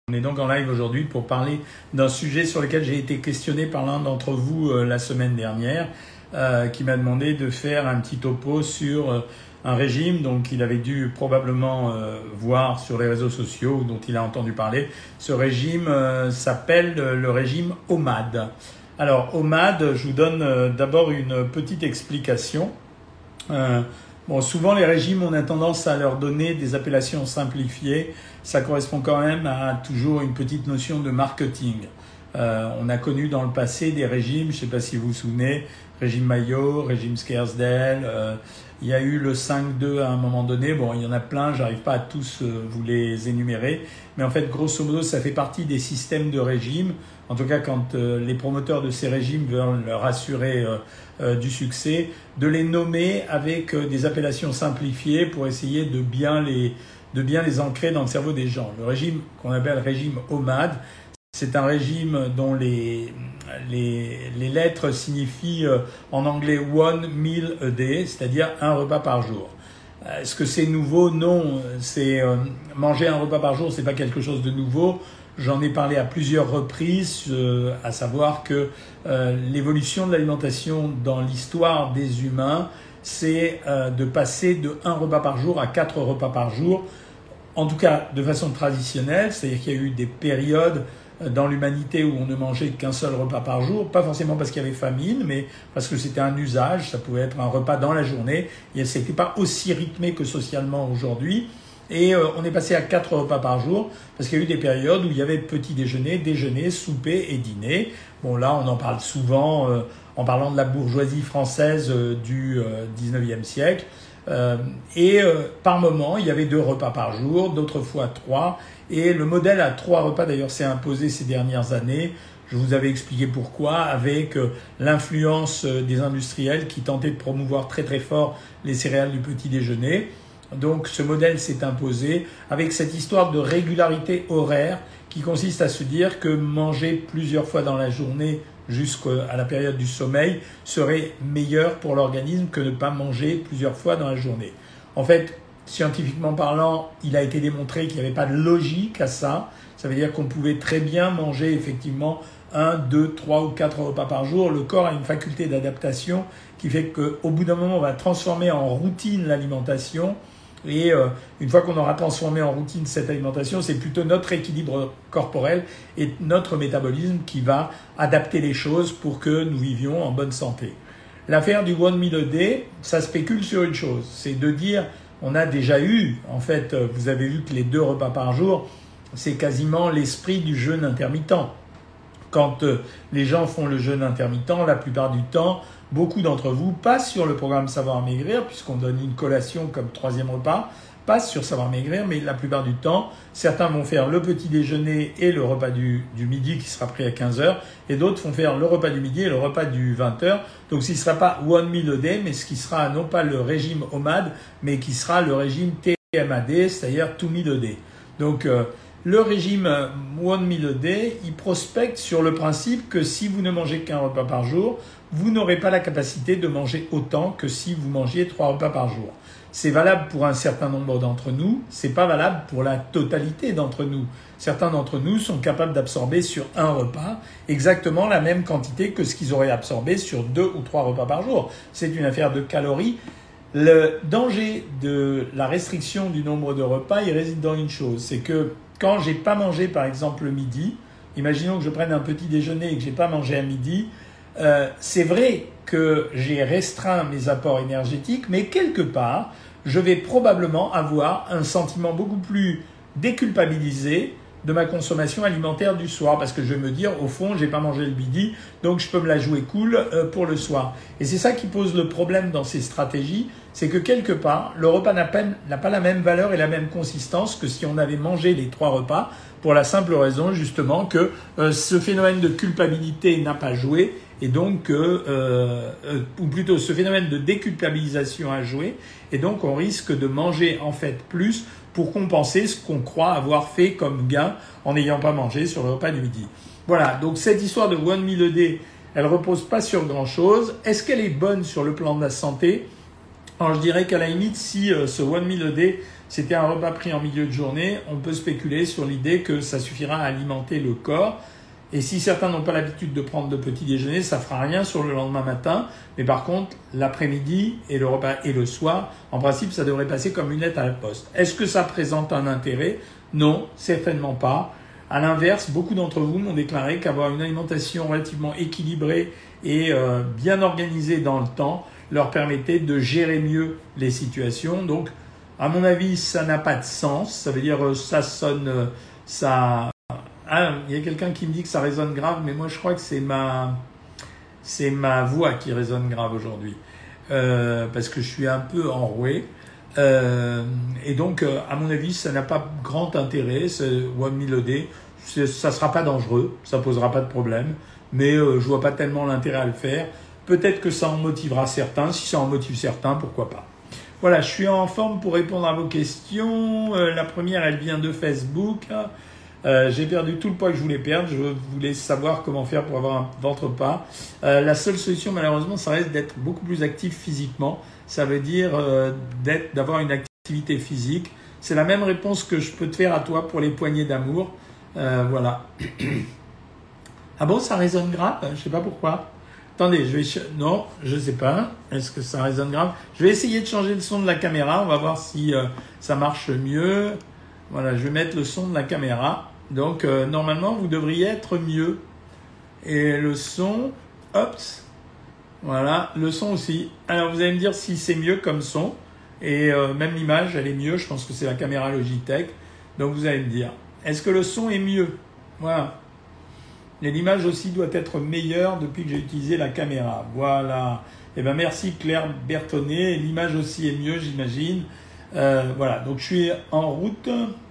On est donc en live aujourd'hui pour parler d'un sujet sur lequel j'ai été questionné par l'un d'entre vous la semaine dernière, qui m'a demandé de faire un petit topo sur un régime donc il avait dû probablement voir sur les réseaux sociaux dont il a entendu parler. Ce régime s'appelle le régime OMAD. Alors OMAD, je vous donne d'abord une petite explication. Souvent les régimes, on a tendance à leur donner des appellations simplifiées. Ça correspond quand même à toujours une petite notion de marketing. On a connu dans le passé des régimes, je ne sais pas si vous vous souvenez, régime Mayo, régime Skersdale, il y a eu le 5-2 à un moment donné. Bon, il y en a plein, j'arrive pas à tous vous les énumérer, mais en fait, grosso modo, ça fait partie des systèmes de régime. En tout cas, quand les promoteurs de ces régimes veulent leur assurer du succès, de les nommer avec des appellations simplifiées pour essayer de bien les ancrer dans le cerveau des gens. Le régime qu'on appelle régime OMAD, c'est un régime dont les lettres signifient en anglais one meal a day, c'est-à-dire un repas par jour. Est-ce que c'est nouveau? Non. Manger un repas par jour, c'est pas quelque chose de nouveau. J'en ai parlé à plusieurs reprises, à savoir que l'évolution de l'alimentation dans l'histoire des humains, c'est de passer de 1 repas par jour à 4 repas par jour, en tout cas de façon traditionnelle, c'est-à-dire qu'il y a eu des périodes dans l'humanité où on ne mangeait qu'un seul repas par jour, pas forcément parce qu'il y avait famine, mais parce que c'était un usage, ça pouvait être un repas dans la journée, et ce n'était pas aussi rythmé que socialement aujourd'hui. Et on est passé à 4 repas par jour parce qu'il y a eu des périodes où il y avait petit déjeuner, déjeuner, souper et dîner. Bon, là, on en parle souvent en parlant de la bourgeoisie française du 19e siècle. Par moment, il y avait 2 repas par jour, d'autres fois 3. Et le modèle à 3 repas, d'ailleurs, s'est imposé ces dernières années. Je vous avais expliqué pourquoi, avec l'influence des industriels qui tentaient de promouvoir très très fort les céréales du petit déjeuner. Donc ce modèle s'est imposé avec cette histoire de régularité horaire qui consiste à se dire que manger plusieurs fois dans la journée jusqu'à la période du sommeil serait meilleur pour l'organisme que ne pas manger plusieurs fois dans la journée. En fait, scientifiquement parlant, il a été démontré qu'il n'y avait pas de logique à ça. Ça veut dire qu'on pouvait très bien manger effectivement 1, 2, 3 ou 4 repas par jour. Le corps a une faculté d'adaptation qui fait qu'au bout d'un moment, on va transformer en routine l'alimentation. Et une fois qu'on aura transformé en routine cette alimentation, c'est plutôt notre équilibre corporel et notre métabolisme qui va adapter les choses pour que nous vivions en bonne santé. L'affaire du one meal a day, ça spécule sur une chose, c'est de dire, on a déjà eu, en fait, vous avez vu que les 2 repas par jour, c'est quasiment l'esprit du jeûne intermittent. Quand les gens font le jeûne intermittent, la plupart du temps, beaucoup d'entre vous passent sur le programme Savoir Maigrir, puisqu'on donne une collation comme 3e repas, passent sur Savoir Maigrir, mais la plupart du temps, certains vont faire le petit déjeuner et le repas du midi qui sera pris à 15h, et d'autres vont faire le repas du midi et le repas du 20h. Donc ce ne sera pas one meal a day, mais ce qui sera non pas le régime OMAD, mais qui sera le régime TMAD, c'est-à-dire two meal a day. Donc le régime one meal a day, il prospecte sur le principe que si vous ne mangez qu'un repas par jour, vous n'aurez pas la capacité de manger autant que si vous mangiez 3 repas par jour. C'est valable pour un certain nombre d'entre nous, c'est pas valable pour la totalité d'entre nous. Certains d'entre nous sont capables d'absorber sur un repas exactement la même quantité que ce qu'ils auraient absorbé sur 2 ou 3 repas par jour. C'est une affaire de calories. Le danger de la restriction du nombre de repas, il réside dans une chose, c'est que quand j'ai pas mangé par exemple le midi, imaginons que je prenne un petit déjeuner et que j'ai pas mangé à midi, c'est vrai que j'ai restreint mes apports énergétiques, mais quelque part, je vais probablement avoir un sentiment beaucoup plus déculpabilisé de ma consommation alimentaire du soir, parce que je vais me dire, au fond, j'ai pas mangé le midi, donc je peux me la jouer cool pour le soir. Et c'est ça qui pose le problème dans ces stratégies, c'est que quelque part, le repas n'a pas la même valeur et la même consistance que si on avait mangé les 3 repas, pour la simple raison justement que ce phénomène de culpabilité n'a pas joué, et donc, ou plutôt ce phénomène de déculpabilisation a joué, et donc on risque de manger en fait plus pour compenser ce qu'on croit avoir fait comme gain en n'ayant pas mangé sur le repas du midi. Voilà, donc cette histoire de one meal a day, elle repose pas sur grand-chose. Est-ce qu'elle est bonne sur le plan de la santé? Alors je dirais qu'à la limite, si ce one meal a day, c'était un repas pris en milieu de journée, on peut spéculer sur l'idée que ça suffira à alimenter le corps. Et si certains n'ont pas l'habitude de prendre de petit déjeuner, ça fera rien sur le lendemain matin. Mais par contre, l'après-midi et le repas et le soir, en principe, ça devrait passer comme une lettre à la poste. Est-ce que ça présente un intérêt? Non, certainement pas. À l'inverse, beaucoup d'entre vous m'ont déclaré qu'avoir une alimentation relativement équilibrée et bien organisée dans le temps leur permettait de gérer mieux les situations. Donc, à mon avis, ça n'a pas de sens. Ça veut dire ça sonne, ça. Ah, il y a quelqu'un qui me dit que ça résonne grave, mais moi je crois que c'est ma voix qui résonne grave aujourd'hui, parce que je suis un peu enroué. Et donc, à mon avis, ça n'a pas grand intérêt, ou amylodé. Ça sera pas dangereux, ça posera pas de problème, mais je vois pas tellement l'intérêt à le faire. Peut-être que ça en motivera certains. Si ça en motive certains, pourquoi pas. Voilà, je suis en forme pour répondre à vos questions. La première, elle vient de Facebook. J'ai perdu tout le poids que je voulais perdre. Je voulais savoir comment faire pour avoir un ventre pas. La seule solution, malheureusement, ça reste d'être beaucoup plus actif physiquement. Ça veut dire d'avoir une activité physique. C'est la même réponse que je peux te faire à toi pour les poignées d'amour. Voilà. Ah bon, ça résonne grave? Je sais pas pourquoi. Attendez, non, je sais pas. Est-ce que ça résonne grave? Je vais essayer de changer le son de la caméra. On va voir si ça marche mieux. Voilà, je vais mettre le son de la caméra. Donc, normalement, vous devriez être mieux. Et le son, hop, voilà, le son aussi. Alors, vous allez me dire si c'est mieux comme son. Et même l'image, elle est mieux. Je pense que c'est la caméra Logitech. Donc, vous allez me dire, est-ce que le son est mieux? Voilà. Et l'image aussi doit être meilleure depuis que j'ai utilisé la caméra. Voilà. Eh bien, merci Claire Bertonnet. L'image aussi est mieux, j'imagine. Voilà. Donc, je suis en route.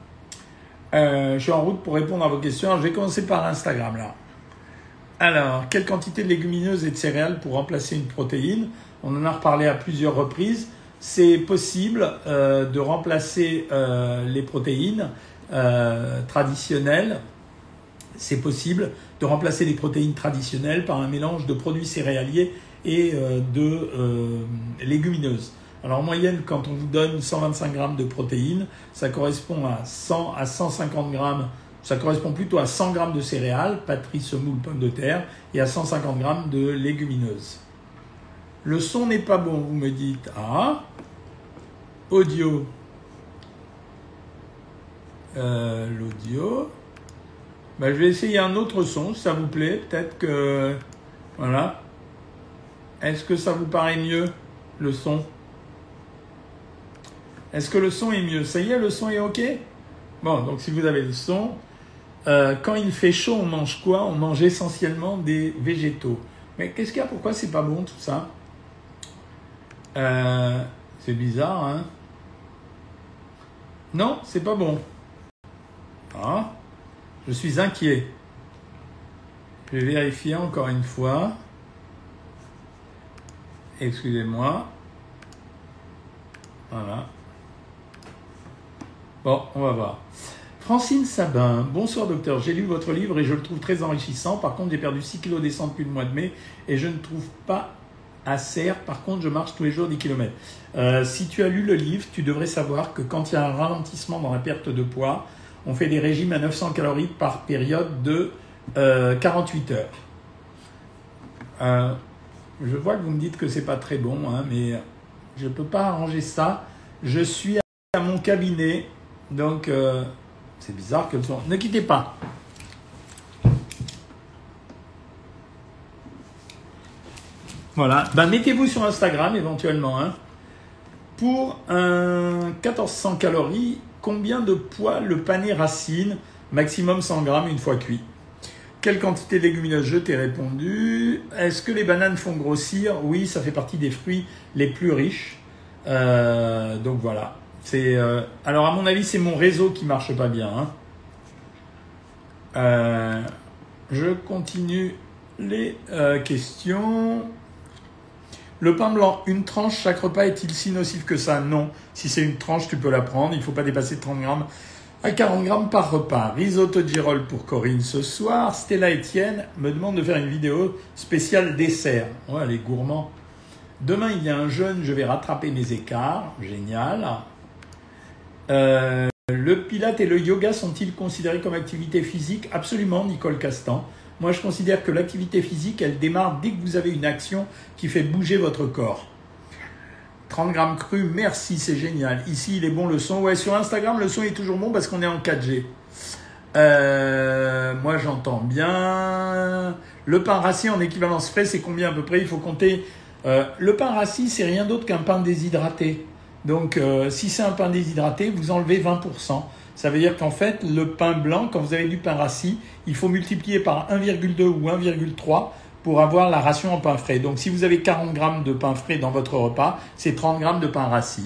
Pour répondre à vos questions. Alors, je vais commencer par Instagram, là. Alors, quelle quantité de légumineuses et de céréales pour remplacer une protéine? On en a reparlé à plusieurs reprises. C'est possible de remplacer les protéines traditionnelles. C'est possible de remplacer les protéines traditionnelles par un mélange de produits céréaliers et de légumineuses. Alors en moyenne, quand on vous donne 125 grammes de protéines, ça correspond à 100 à 150 grammes, ça correspond plutôt à 100 grammes de céréales, patrie, semoule, pommes de terre, et à 150 grammes de légumineuses. Le son n'est pas bon, vous me dites. Ah, audio. L'audio. Ben, je vais essayer un autre son, si ça vous plaît. Peut-être que... Voilà. Est-ce que ça vous paraît mieux, le son? Est-ce que le son est mieux? Ça y est, le son est OK? Bon, donc si vous avez le son, quand il fait chaud, on mange quoi? On mange essentiellement des végétaux. Mais qu'est-ce qu'il y a? Pourquoi c'est pas bon tout ça? C'est bizarre, hein? Non, c'est pas bon. Ah, je suis inquiet. Je vais vérifier encore une fois. Excusez-moi. Voilà. Bon, on va voir. Francine Sabin, bonsoir docteur, j'ai lu votre livre et je le trouve très enrichissant. Par contre, j'ai perdu 6 kg descente depuis le mois de mai et je ne trouve pas à serre. Par contre, je marche tous les jours 10 km. Si tu as lu le livre, tu devrais savoir que quand il y a un ralentissement dans la perte de poids, on fait des régimes à 900 calories par période de 48 heures. Je vois que vous me dites que c'est pas très bon, hein, mais je ne peux pas arranger ça. Je suis à mon cabinet, donc c'est bizarre que le son... Ne quittez pas. Voilà, ben, mettez-vous sur Instagram éventuellement. Hein. Pour un 1400 calories, combien de poids le pané racine? Maximum 100 grammes une fois cuit. Quelle quantité de légumineuses? Je t'ai répondu. Est-ce que les bananes font grossir? Oui, ça fait partie des fruits les plus riches. Donc voilà. Alors à mon avis, c'est mon réseau qui marche pas bien. Hein. Je continue les questions. Le pain blanc, une tranche chaque repas est-il si nocif que ça? Non. Si c'est une tranche, tu peux la prendre. Il ne faut pas dépasser 30 grammes à 40 grammes par repas. Risotto de girolles pour Corinne ce soir. Stella Etienne me demande de faire une vidéo spéciale dessert. Ouais, les gourmands. Demain, il y a un jeûne, je vais rattraper mes écarts. Génial. Le pilate et le yoga sont-ils considérés comme activité physique? Absolument, Nicole Castan. Moi, je considère que l'activité physique, elle démarre dès que vous avez une action qui fait bouger votre corps. 30 grammes cru, merci, c'est génial. Ici, il est bon le son. Ouais, sur Instagram, le son est toujours bon parce qu'on est en 4G. Moi, j'entends bien. Le pain rassis en équivalence frais, c'est combien à peu près? Il faut compter. Le pain rassis, c'est rien d'autre qu'un pain déshydraté. Donc, si c'est un pain déshydraté, vous enlevez 20%. Ça veut dire qu'en fait, le pain blanc, quand vous avez du pain rassis, il faut multiplier par 1,2 ou 1,3 pour avoir la ration en pain frais. Donc, si vous avez 40 grammes de pain frais dans votre repas, c'est 30 grammes de pain rassis.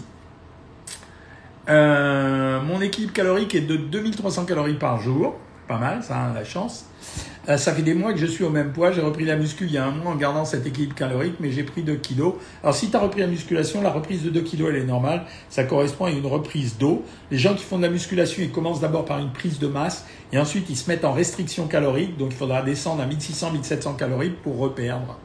Mon équilibre calorique est de 2300 calories par jour. Pas mal, ça a la chance. Ça fait des mois que je suis au même poids. J'ai repris la muscu il y a un mois en gardant cet équilibre calorique, mais j'ai pris 2 kilos. Alors, si tu as repris la musculation, la reprise de 2 kilos, elle est normale. Ça correspond à une reprise d'eau. Les gens qui font de la musculation, ils commencent d'abord par une prise de masse et ensuite ils se mettent en restriction calorique. Donc, il faudra descendre à 1600-1700 calories pour reperdre.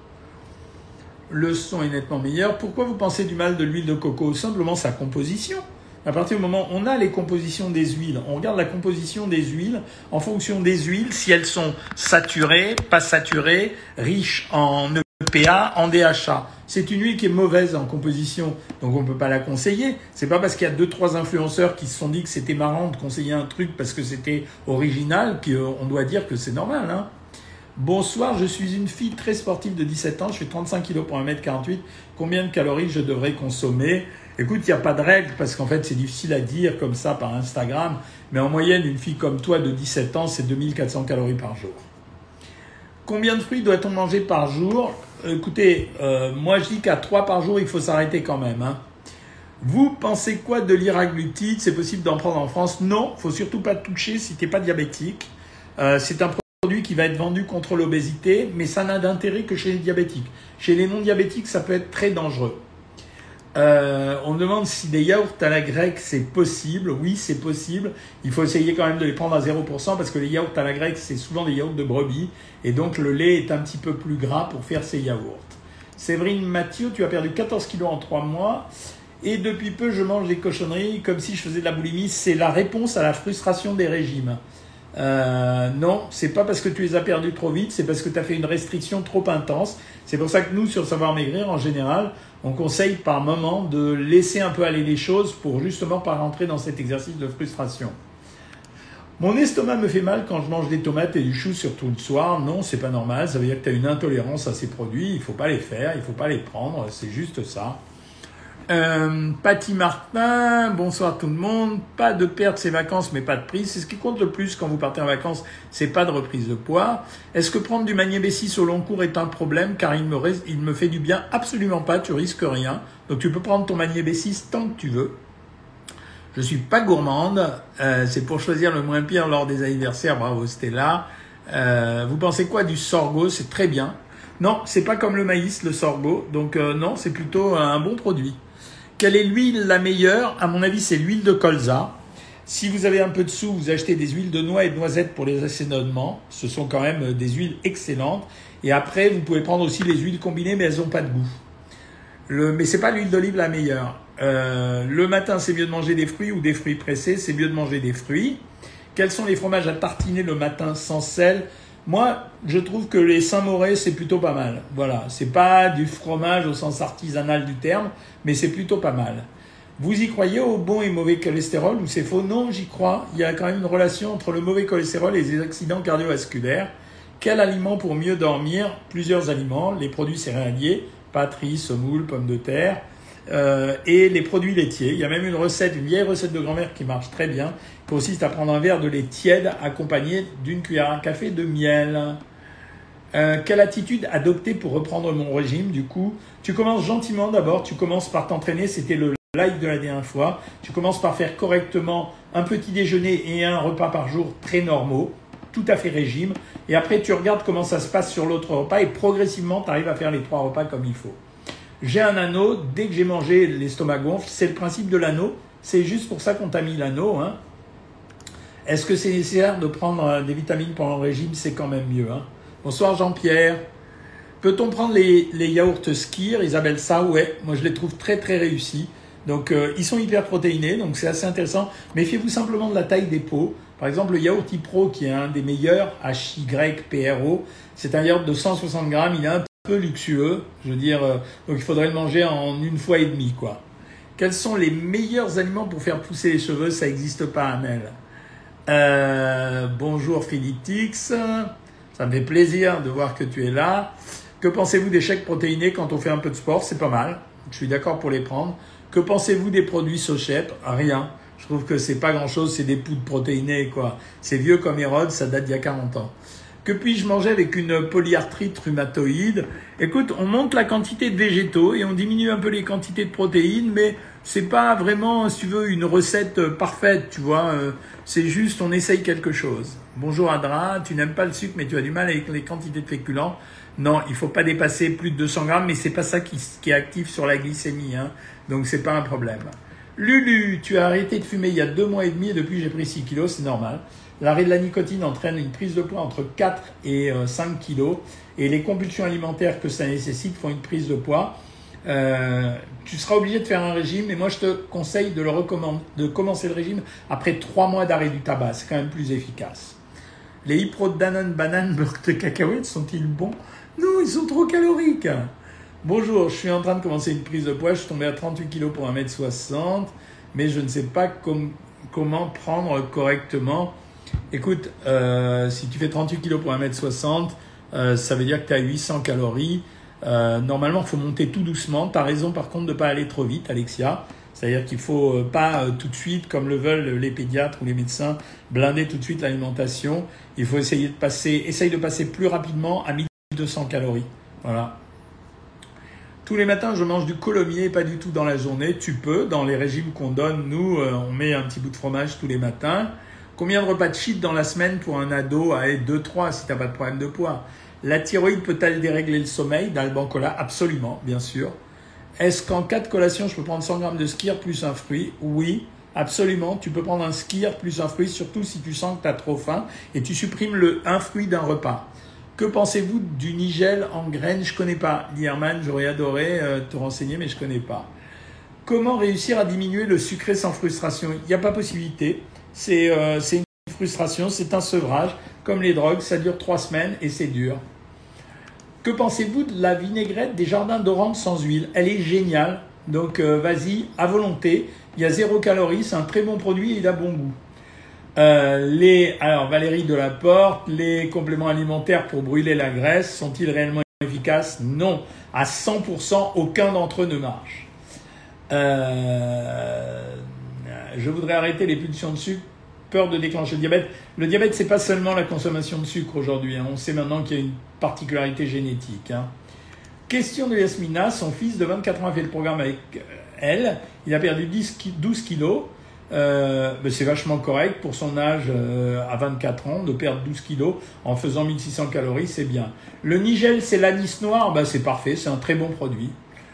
Le son est nettement meilleur. Pourquoi vous pensez du mal de l'huile de coco? Simplement sa composition. À partir du moment où on a les compositions des huiles, on regarde la composition des huiles. En fonction des huiles, si elles sont saturées, pas saturées, riches en EPA, en DHA. C'est une huile qui est mauvaise en composition, donc on ne peut pas la conseiller. C'est pas parce qu'il y a 2-3 influenceurs qui se sont dit que c'était marrant de conseiller un truc parce que c'était original qu'on doit dire que c'est normal, hein. Bonsoir, je suis une fille très sportive de 17 ans, je fais 35 kg pour 1m48. Combien de calories je devrais consommer? Écoute, il n'y a pas de règle parce qu'en fait, c'est difficile à dire comme ça par Instagram. Mais en moyenne, une fille comme toi de 17 ans, c'est 2400 calories par jour. Combien de fruits doit-on manger par jour? Écoutez, moi je dis qu'à 3 par jour, il faut s'arrêter quand même, hein. Vous pensez quoi de l'iraglutide? C'est possible d'en prendre en France? Non, il ne faut surtout pas toucher si tu n'es pas diabétique. C'est un produit qui va être vendu contre l'obésité, mais ça n'a d'intérêt que chez les diabétiques. Chez les non-diabétiques, ça peut être très dangereux. On me demande si des yaourts à la grecque, c'est possible. Oui, c'est possible. Il faut essayer quand même de les prendre à 0% parce que les yaourts à la grecque, c'est souvent des yaourts de brebis. Et donc, le lait est un petit peu plus gras pour faire ces yaourts. Séverine Mathieu, tu as perdu 14 kilos en 3 mois. Et depuis peu, je mange des cochonneries comme si je faisais de la boulimie. C'est la réponse à la frustration des régimes. Non, c'est pas parce que tu les as perdus trop vite, c'est parce que tu as fait une restriction trop intense. C'est pour ça que nous, sur Savoir Maigrir, en général, on conseille par moment de laisser un peu aller les choses pour justement pas rentrer dans cet exercice de frustration. Mon estomac me fait mal quand je mange des tomates et du chou, surtout le soir. Non, c'est pas normal, ça veut dire que tu as une intolérance à ces produits, il faut pas les faire, il faut pas les prendre, c'est juste ça. Patty Martin, bonsoir tout le monde. Pas de perdre ses vacances, mais pas de prise. C'est ce qui compte le plus quand vous partez en vacances, c'est pas de reprise de poids. Est-ce que prendre du Magné B6 au long cours est un problème car il me fait du bien? Absolument pas, tu risques rien. Donc tu peux prendre ton Magné B6 tant que tu veux. Je suis pas gourmande, c'est pour choisir le moins pire lors des anniversaires. Bravo Stella. Vous pensez quoi du sorgho? C'est très bien. Non, c'est pas comme le maïs, le sorgho. Donc non, c'est plutôt un bon produit. Quelle est l'huile la meilleure? À mon avis, c'est l'huile de colza. Si vous avez un peu de sous, vous achetez des huiles de noix et de noisettes pour les assaisonnements. Ce sont quand même des huiles excellentes. Et après, vous pouvez prendre aussi les huiles combinées, mais elles n'ont pas de goût. Mais c'est pas l'huile d'olive la meilleure. Le matin, c'est mieux de manger des fruits ou des fruits pressés. C'est mieux de manger des fruits. Quels sont les fromages à tartiner le matin sans sel? Moi, je trouve que les Saint-Mauré, c'est plutôt pas mal. Voilà, c'est pas du fromage au sens artisanal du terme, mais c'est plutôt pas mal. Vous y croyez au bon et mauvais cholestérol ou c'est faux? Non, j'y crois. Il y a quand même une relation entre le mauvais cholestérol et les accidents cardiovasculaires. Quel aliment pour mieux dormir? Plusieurs aliments, les produits céréaliers, pâtes, riz, semoule, pommes de terre, et les produits laitiers. Il y a même une vieille recette de grand-mère qui marche très bien, qui consiste à prendre un verre de lait tiède accompagné d'une cuillère à café de miel. Quelle attitude adopter pour reprendre mon régime? Du coup, tu commences gentiment d'abord, tu commences par t'entraîner, c'était le live de la dernière fois. Tu commences par faire correctement un petit déjeuner et un repas par jour très normaux, tout à fait régime. Et après, tu regardes comment ça se passe sur l'autre repas et progressivement, tu arrives à faire les 3 repas comme il faut. J'ai un anneau, dès que j'ai mangé, l'estomac gonfle. C'est le principe de l'anneau. C'est juste pour ça qu'on t'a mis l'anneau, hein. Est-ce que c'est nécessaire de prendre des vitamines pendant le régime? C'est quand même mieux, hein. Bonsoir Jean-Pierre. Peut-on prendre les yaourts Skir? Isabelle ça, ouais. Moi, je les trouve très très réussis. Donc ils sont hyper protéinés, donc c'est assez intéressant. Méfiez-vous simplement de la taille des pots. Par exemple, le yaourt Pro, qui est un des meilleurs, HYPRO, c'est un yaourt de 160 grammes, il est un peu luxueux, je veux dire, donc il faudrait le manger en 1 fois et demie, quoi. Quels sont les meilleurs aliments pour faire pousser les cheveux? Ça n'existe pas, Amel. Bonjour Philippe Tix, ça me fait plaisir de voir que tu es là. Que pensez-vous des shakes protéinés quand on fait un peu de sport? C'est pas mal, je suis d'accord pour les prendre. Que pensez-vous des produits Sochep? Rien. Je trouve que c'est pas grand-chose, c'est des poudres protéinées, quoi. C'est vieux comme Hérode, ça date d'il y a 40 ans. Que puis-je manger avec une polyarthrite rhumatoïde? Écoute, on monte la quantité de végétaux et on diminue un peu les quantités de protéines, mais c'est pas vraiment, si tu veux, une recette parfaite, tu vois. C'est juste, on essaye quelque chose. Bonjour Adra, tu n'aimes pas le sucre, mais tu as du mal avec les quantités de féculents. Non, il faut pas dépasser plus de 200 grammes, mais c'est pas ça qui est actif sur la glycémie, hein. Donc c'est pas un problème. Lulu, tu as arrêté de fumer il y a 2 mois et demi et depuis j'ai pris 6 kilos, c'est normal. L'arrêt de la nicotine entraîne une prise de poids entre 4 et 5 kilos et les compulsions alimentaires que ça nécessite font une prise de poids. Tu seras obligé de faire un régime et moi je te conseille de commencer le régime après 3 mois d'arrêt du tabac, c'est quand même plus efficace. Les Hypro de Danone, banane, beurre de cacahuètes sont-ils bons? Non, ils sont trop caloriques. Bonjour, je suis en train de commencer une prise de poids, je suis tombé à 38 kg pour 1m60, mais je ne sais pas comment prendre correctement. Écoute, si tu fais 38 kg pour 1m60, ça veut dire que tu as 800 calories. Normalement, il faut monter tout doucement. Tu as raison par contre de ne pas aller trop vite, Alexia. C'est-à-dire qu'il ne faut pas tout de suite, comme le veulent les pédiatres ou les médecins, blinder tout de suite l'alimentation. Il faut essayer de passer plus rapidement à 1200 calories. Voilà. Tous les matins, je mange du colomier, pas du tout dans la journée. Tu peux, dans les régimes qu'on donne, nous, on met un petit bout de fromage tous les matins. Combien de repas de cheat dans la semaine pour un ado? 2-3 si tu n'as pas de problème de poids. La thyroïde peut-elle dérégler le sommeil? D'Alban Cola, absolument, bien sûr. Est-ce qu'en cas de collation, je peux prendre 100 grammes de skyr plus un fruit? Oui, absolument. Tu peux prendre un skyr plus un fruit, surtout si tu sens que tu as trop faim et tu supprimes un fruit d'un repas. Que pensez-vous du nigel en graines? Je ne connais pas. Lierman, j'aurais adoré te renseigner, mais je ne connais pas. Comment réussir à diminuer le sucré sans frustration? Il n'y a pas possibilité. C'est une frustration, c'est un sevrage. Comme les drogues, ça dure 3 semaines et c'est dur. Que pensez-vous de la vinaigrette des jardins d'Orange sans huile? Elle est géniale. Donc vas-y, à volonté. Il y a 0 calories, c'est un très bon produit et il a bon goût. Alors Valérie Delaporte, les compléments alimentaires pour brûler la graisse sont-ils réellement efficaces? Non, à 100%, aucun d'entre eux ne marche. Je voudrais arrêter les pulsions de sucre, peur de déclencher le diabète. Le diabète, c'est pas seulement la consommation de sucre aujourd'hui, hein. On sait maintenant qu'il y a une particularité génétique, hein. Question de Yasmina, son fils de 24 ans a fait le programme avec elle, il a perdu 12 kilos. C'est vachement correct pour son âge à 24 ans de perdre 12 kilos en faisant 1600 calories, c'est bien. Le nigel, c'est l'anis noir, c'est parfait, c'est un très bon produit.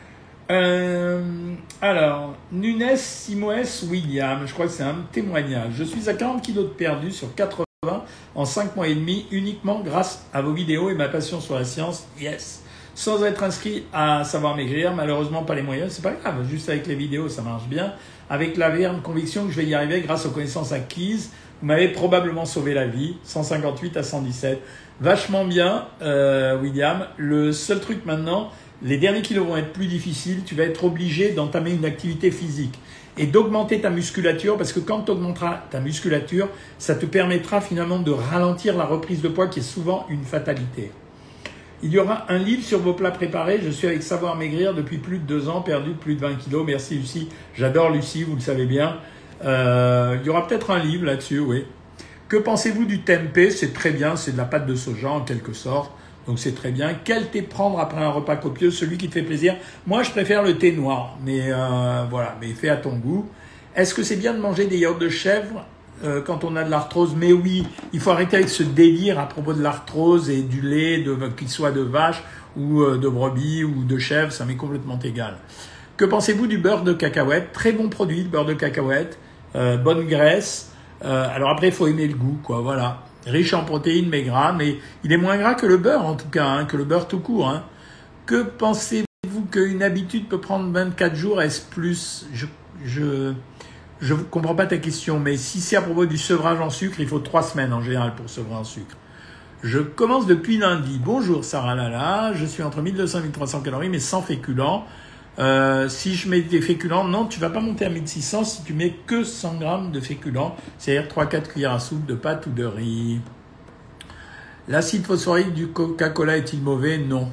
Alors, Nunes Simoes William, je crois que c'est un témoignage. Je suis à 40 kilos de perdu sur 80 en 5 mois et demi uniquement grâce à vos vidéos et ma passion sur la science. Yes. Sans être inscrit à Savoir Maigrir, malheureusement pas les moyens, c'est pas grave, juste avec les vidéos ça marche bien. Avec la ferme conviction que je vais y arriver grâce aux connaissances acquises, vous m'avez probablement sauvé la vie, 158 à 117. Vachement bien, William. Le seul truc maintenant, les derniers kilos vont être plus difficiles, tu vas être obligé d'entamer une activité physique et d'augmenter ta musculature parce que quand tu augmenteras ta musculature, ça te permettra finalement de ralentir la reprise de poids qui est souvent une fatalité. Il y aura un livre sur vos plats préparés. Je suis avec Savoir Maigrir depuis plus de 2 ans, perdu plus de 20 kilos. Merci Lucie. J'adore Lucie, vous le savez bien. Il y aura peut-être un livre là-dessus, oui. Que pensez-vous du tempeh? C'est très bien, c'est de la pâte de soja en quelque sorte. Donc c'est très bien. Quel thé prendre après un repas copieux? Celui qui te fait plaisir. Moi, je préfère le thé noir, mais voilà, mais fait à ton goût. Est-ce que c'est bien de manger des yaourts de chèvre quand on a de l'arthrose? Mais oui, il faut arrêter avec ce délire à propos de l'arthrose et du lait, qu'il soit de vache ou de brebis ou de chèvre, ça m'est complètement égal. Que pensez-vous du beurre de cacahuète? Très bon produit, le beurre de cacahuète, bonne graisse. Alors après, il faut aimer le goût, quoi, voilà. Riche en protéines, mais gras, mais il est moins gras que le beurre en tout cas, hein, que le beurre tout court, hein. Que pensez-vous qu'une habitude peut prendre 24 jours, est-ce plus? Je ne comprends pas ta question, mais si c'est à propos du sevrage en sucre, il faut 3 semaines en général pour sevrer en sucre. Je commence depuis lundi. Bonjour Sarah Lala, je suis entre 1200 et 1300 calories, mais sans féculents. Si je mets des féculents, non, tu vas pas monter à 1600 si tu mets que 100 grammes de féculents, c'est-à-dire 3-4 cuillères à soupe de pâte ou de riz. L'acide phosphorique du Coca-Cola est-il mauvais? Non.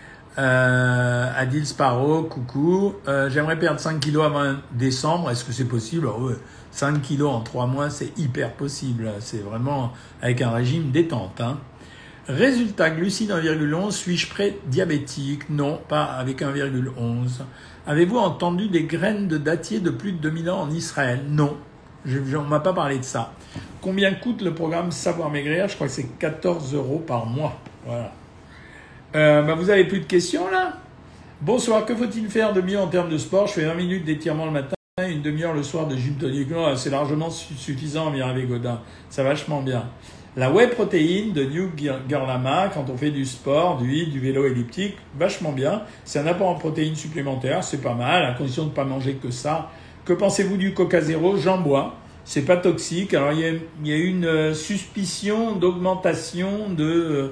Adil Sparrow, coucou. J'aimerais perdre 5 kilos avant décembre. Est-ce que c'est possible? Ouais. 5 kilos en 3 mois, c'est hyper possible. C'est vraiment avec un régime détente. Hein. Résultat, glucides 1,11. Suis-je pré-diabétique? Non, pas avec 1,11. Avez-vous entendu des graines de dattier de plus de 2000 ans en Israël? Non. On m'a pas parlé de ça. Combien coûte le programme Savoir Maigrir? Je crois que c'est 14 € par mois. Voilà. Vous avez plus de questions là? Bonsoir, que faut-il faire de mieux en termes de sport? Je fais 20 minutes d'étirement le matin, une demi-heure le soir de gym tonique. Non, c'est largement suffisant, Mireille Godin. C'est vachement bien. La whey protéine de New Girlama, quand on fait du sport, du vélo elliptique, vachement bien. C'est un apport en protéines supplémentaires, c'est pas mal, à condition de ne pas manger que ça. Que pensez-vous du Coca Zéro? J'en bois. C'est pas toxique. Alors il y a une suspicion d'augmentation de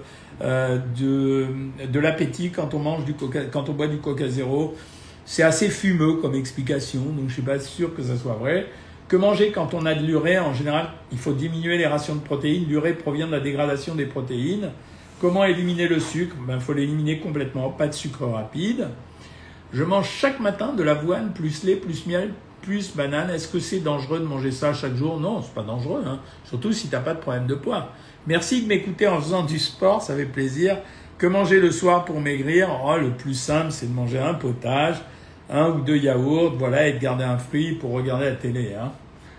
l'appétit quand on mange quand on boit du Coca Zéro. C'est assez fumeux comme explication, donc je suis pas sûr que ça soit vrai. Que manger quand on a de l'urée? En général, il faut diminuer les rations de protéines. L'urée provient de la dégradation des protéines. Comment éliminer le sucre? Il faut l'éliminer complètement. Pas de sucre rapide. Je mange chaque matin de l'avoine, plus lait, plus miel, plus banane. Est-ce que c'est dangereux de manger ça chaque jour? Non, c'est pas dangereux, hein. Surtout si t'as pas de problème de poids. Merci de m'écouter en faisant du sport, ça fait plaisir. Que manger le soir pour maigrir? Le plus simple, c'est de manger un potage, 1 ou 2 yaourts, voilà, et de garder un fruit pour regarder la télé, hein.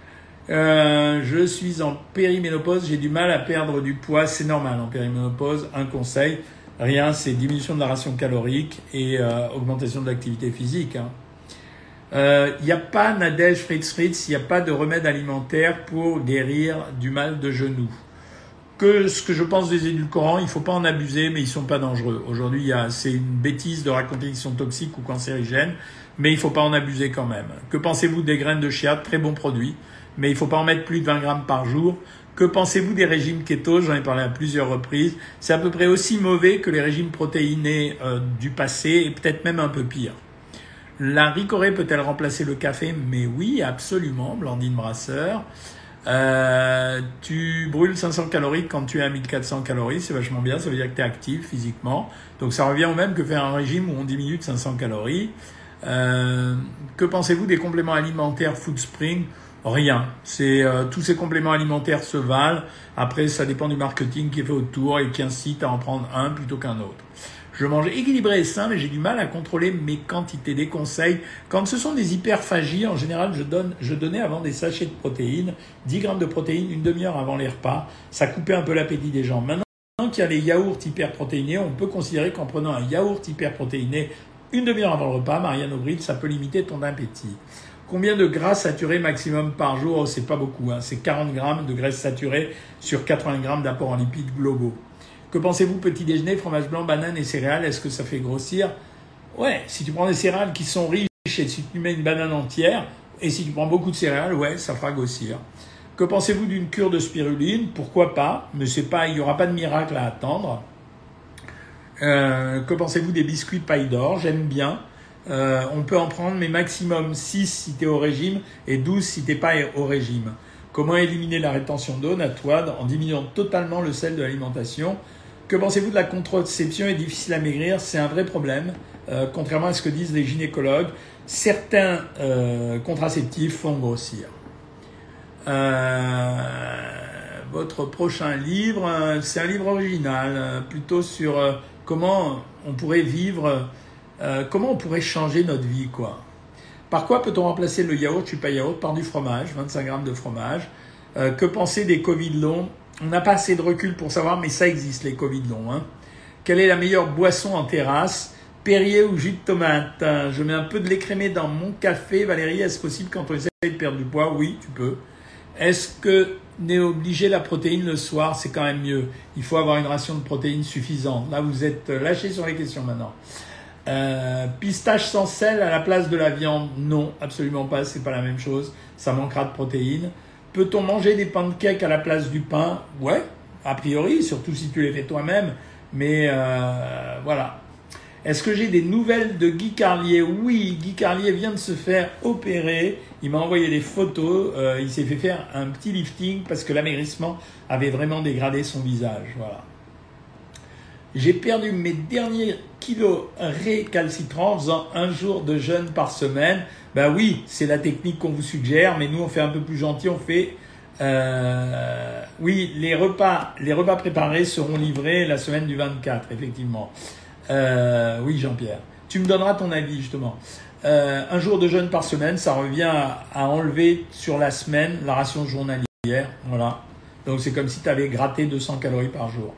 Je suis en périménopause, j'ai du mal à perdre du poids, c'est normal en périménopause. Un conseil, rien, c'est diminution de la ration calorique et augmentation de l'activité physique, hein. Il n'y a pas, Nadège Fritz, il n'y a pas de remède alimentaire pour guérir du mal de genou. Ce que je pense des édulcorants, il ne faut pas en abuser, mais ils ne sont pas dangereux. Aujourd'hui, c'est une bêtise de raconter qu'ils sont toxiques ou cancérigènes, mais il ne faut pas en abuser quand même. Que pensez-vous des graines de chia? Très bon produit, mais il ne faut pas en mettre plus de 20 grammes par jour. Que pensez-vous des régimes keto? J'en ai parlé à plusieurs reprises. C'est à peu près aussi mauvais que les régimes protéinés du passé, et peut-être même un peu pire. La ricorée peut-elle remplacer le café? Mais oui, absolument, Blandine Brasseur. Tu brûles 500 calories quand tu es à 1400 calories, c'est vachement bien, ça veut dire que tu es actif physiquement. Donc ça revient au même que faire un régime où on diminue de 500 calories. Que pensez-vous des compléments alimentaires Food Spring? Rien. Tous ces compléments alimentaires se valent. Après, ça dépend du marketing qui est fait autour et qui incite à en prendre un plutôt qu'un autre. Je mange équilibré et sain, mais j'ai du mal à contrôler mes quantités. Des conseils. Quand ce sont des hyperphagies, en général, je donnais avant des sachets de protéines, 10 grammes de protéines, une demi-heure avant les repas. Ça coupait un peu l'appétit des gens. Maintenant qu'il y a les yaourts hyperprotéinés, on peut considérer qu'en prenant un yaourt hyperprotéiné une demi-heure avant le repas, Marianne Aubry, ça peut limiter ton appétit. Combien de gras saturés maximum par jour? C'est pas beaucoup, hein. C'est 40 grammes de graisse saturée sur 80 grammes d'apport en lipides globaux. Que pensez-vous petit déjeuner, fromage blanc, banane et céréales? Est-ce que ça fait grossir? Ouais, si tu prends des céréales qui sont riches et si tu mets une banane entière, et si tu prends beaucoup de céréales, ouais, ça fera grossir. Que pensez-vous d'une cure de spiruline? Pourquoi pas? Mais il n'y aura pas de miracle à attendre. Que pensez-vous des biscuits paille d'or? J'aime bien. On peut en prendre, mais maximum 6 si tu es au régime et 12 si tu n'es pas au régime. Comment éliminer la rétention d'eau, Natouad, en diminuant totalement le sel de l'alimentation? Que pensez-vous de la contraception est difficile à maigrir? C'est un vrai problème, contrairement à ce que disent les gynécologues. Certains contraceptifs font grossir. Votre prochain livre, c'est un livre original, plutôt sur comment on pourrait vivre, comment on pourrait changer notre vie, quoi. Par quoi peut-on remplacer le yaourt, je suis pas yaourt, par du fromage, 25 grammes de fromage. Que penser des Covid longs? On n'a pas assez de recul pour savoir, mais ça existe, les Covid longs, hein. Quelle est la meilleure boisson en terrasse? Perrier ou jus de tomate? Je mets un peu de lait crémé dans mon café. Valérie, est-ce possible quand on essaie de perdre du poids? Oui, tu peux. Est-ce que négliger la protéine le soir, c'est quand même mieux? Il faut avoir une ration de protéines suffisante. Là, vous êtes lâché sur les questions maintenant. Pistache sans sel à la place de la viande? Non, absolument pas, c'est pas la même chose. Ça manquera de protéines. Peut-on manger des pancakes à la place du pain? Ouais, a priori, surtout si tu les fais toi-même. Mais voilà. Est-ce que j'ai des nouvelles de Guy Carlier? Oui, Guy Carlier vient de se faire opérer. Il m'a envoyé des photos. Il s'est fait faire un petit lifting parce que l'amaigrissement avait vraiment dégradé son visage. Voilà. J'ai perdu mes derniers kilos récalcitrants en faisant un jour de jeûne par semaine. Ben oui, c'est la technique qu'on vous suggère, mais nous on fait un peu plus gentil, on fait... oui, les repas préparés seront livrés la semaine du 24, effectivement. Oui, Jean-Pierre. Tu me donneras ton avis, justement. Un jour de jeûne par semaine, ça revient à enlever sur la semaine la ration journalière. Voilà. Donc c'est comme si tu avais gratté 200 calories par jour.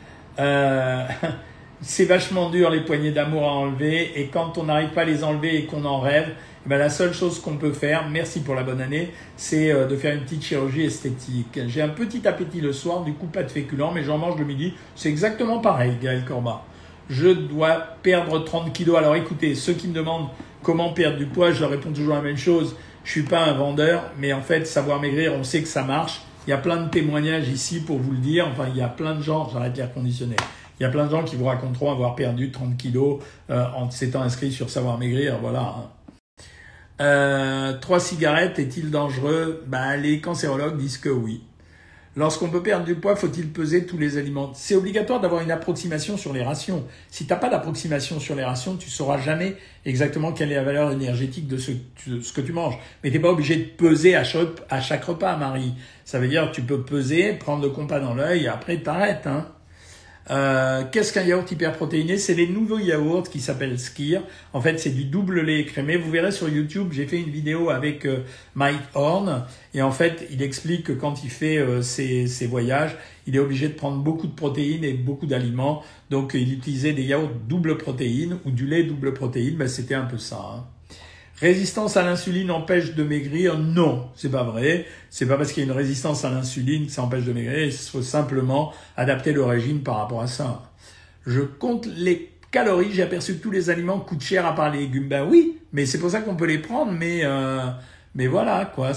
C'est vachement dur les poignées d'amour à enlever, et quand on n'arrive pas à les enlever et qu'on en rêve, ben la seule chose qu'on peut faire, merci pour la bonne année, c'est de faire une petite chirurgie esthétique. J'ai un petit appétit le soir, du coup pas de féculents, mais j'en mange le midi. C'est exactement pareil, Gaël Corbat. Je dois perdre 30 kilos. Alors écoutez, ceux qui me demandent comment perdre du poids, je leur réponds toujours la même chose. Je suis pas un vendeur, mais en fait, savoir maigrir, on sait que ça marche. Il y a plein de témoignages ici pour vous le dire. Enfin, il y a plein de gens, j'arrête l'air conditionné. Il y a plein de gens qui vous raconteront avoir perdu 30 kilos en s'étant inscrits sur Savoir Maigrir. Voilà. 3 cigarettes, est-il dangereux? Ben, les cancérologues disent que oui. Lorsqu'on peut perdre du poids, faut-il peser tous les aliments? C'est obligatoire d'avoir une approximation sur les rations. Si tu n'as pas d'approximation sur les rations, tu ne sauras jamais exactement quelle est la valeur énergétique de ce que tu manges. Mais tu n'es pas obligé de peser à chaque repas, Marie. Ça veut dire que tu peux peser, prendre le compas dans l'œil et après t'arrêtes. Hein. Qu'est-ce qu'un yaourt hyperprotéiné? C'est les nouveaux yaourts qui s'appellent Skyr. En fait, c'est du double lait écrémé. Vous verrez sur YouTube, j'ai fait une vidéo avec Mike Horn. Et en fait, il explique que quand il fait ses voyages, il est obligé de prendre beaucoup de protéines et beaucoup d'aliments. Donc, il utilisait des yaourts double protéines ou du lait double protéine. Ben, c'était un peu ça. Hein. Résistance à l'insuline empêche de maigrir? Non, c'est pas vrai. C'est pas parce qu'il y a une résistance à l'insuline que ça empêche de maigrir. Il faut simplement adapter le régime par rapport à ça. Je compte les calories. J'ai aperçu que tous les aliments coûtent cher à part les légumes. Ben oui, mais c'est pour ça qu'on peut les prendre. Mais voilà, quoi.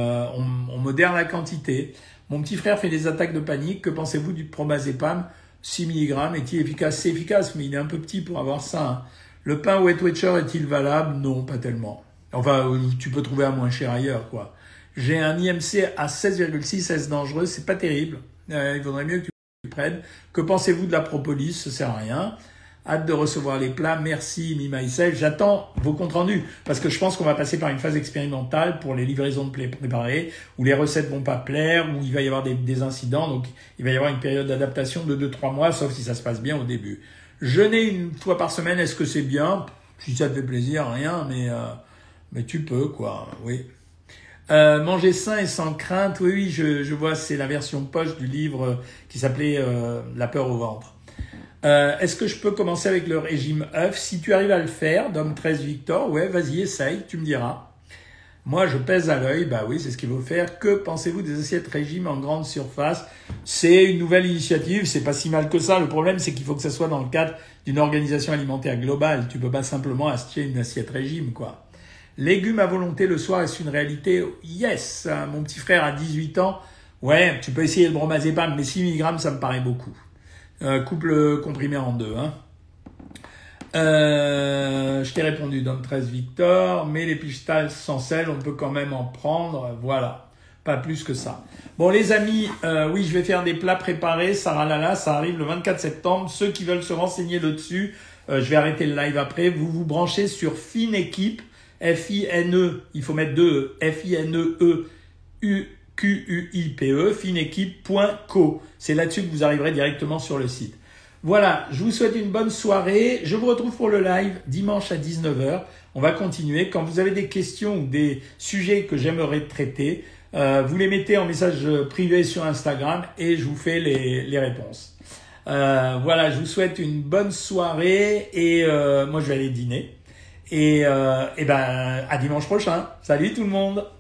On modère la quantité. Mon petit frère fait des attaques de panique. Que pensez-vous du Promazépam? 6 mg est-il efficace? C'est efficace, mais il est un peu petit pour avoir ça. Hein. Le pain Weight Watcher est-il valable? Non, pas tellement. Enfin, tu peux trouver à moins cher ailleurs, quoi. J'ai un IMC à 16,6, est-ce dangereux? C'est pas terrible. Il vaudrait mieux que tu prennes. Que pensez-vous de la propolis? Ça sert à rien. Hâte de recevoir les plats. Merci, Me Myself. J'attends vos comptes rendus parce que je pense qu'on va passer par une phase expérimentale pour les livraisons de plats préparés où les recettes vont pas plaire, où il va y avoir des incidents. Donc, il va y avoir une période d'adaptation de 2-3 mois, sauf si ça se passe bien au début. Jeûner une fois par semaine, est-ce que c'est bien? Si ça te fait plaisir, rien, mais tu peux, quoi, oui. Manger sain et sans crainte, oui, je vois, c'est la version poche du livre qui s'appelait La peur au ventre. Est-ce que je peux commencer avec le régime œuf? Si tu arrives à le faire, Dom 13 Victor, ouais, vas-y, essaye, tu me diras. Moi, je pèse à l'œil, bah oui, c'est ce qu'il faut faire. Que pensez-vous des assiettes régime en grande surface? C'est une nouvelle initiative, c'est pas si mal que ça. Le problème, c'est qu'il faut que ça soit dans le cadre d'une organisation alimentaire globale. Tu peux pas simplement acheter une assiette régime, quoi. Légumes à volonté le soir, est-ce une réalité? Yes! Mon petit frère a 18 ans. Ouais, tu peux essayer le Bromazépam, mais 6 mg, ça me paraît beaucoup. Coupe le comprimé en deux, hein. Je t'ai répondu dans le 13 Victor, mais les pistaches sans sel, on peut quand même en prendre, voilà, pas plus que ça. Bon les amis, oui je vais faire des plats préparés, Sarah Lala, ça arrive le 24 septembre, ceux qui veulent se renseigner là-dessus, je vais arrêter le live après, vous vous branchez sur Fine Équipe, F-I-N-E, il faut mettre deux E, F-I-N-E-E-U-Q-U-I-P-E, fineéquipe.co, c'est là-dessus que vous arriverez directement sur le site. Voilà, je vous souhaite une bonne soirée. Je vous retrouve pour le live dimanche à 19h. On va continuer. Quand vous avez des questions ou des sujets que j'aimerais traiter, vous les mettez en message privé sur Instagram et je vous fais les réponses. Voilà, je vous souhaite une bonne soirée et moi je vais aller dîner. Et ben à dimanche prochain. Salut tout le monde.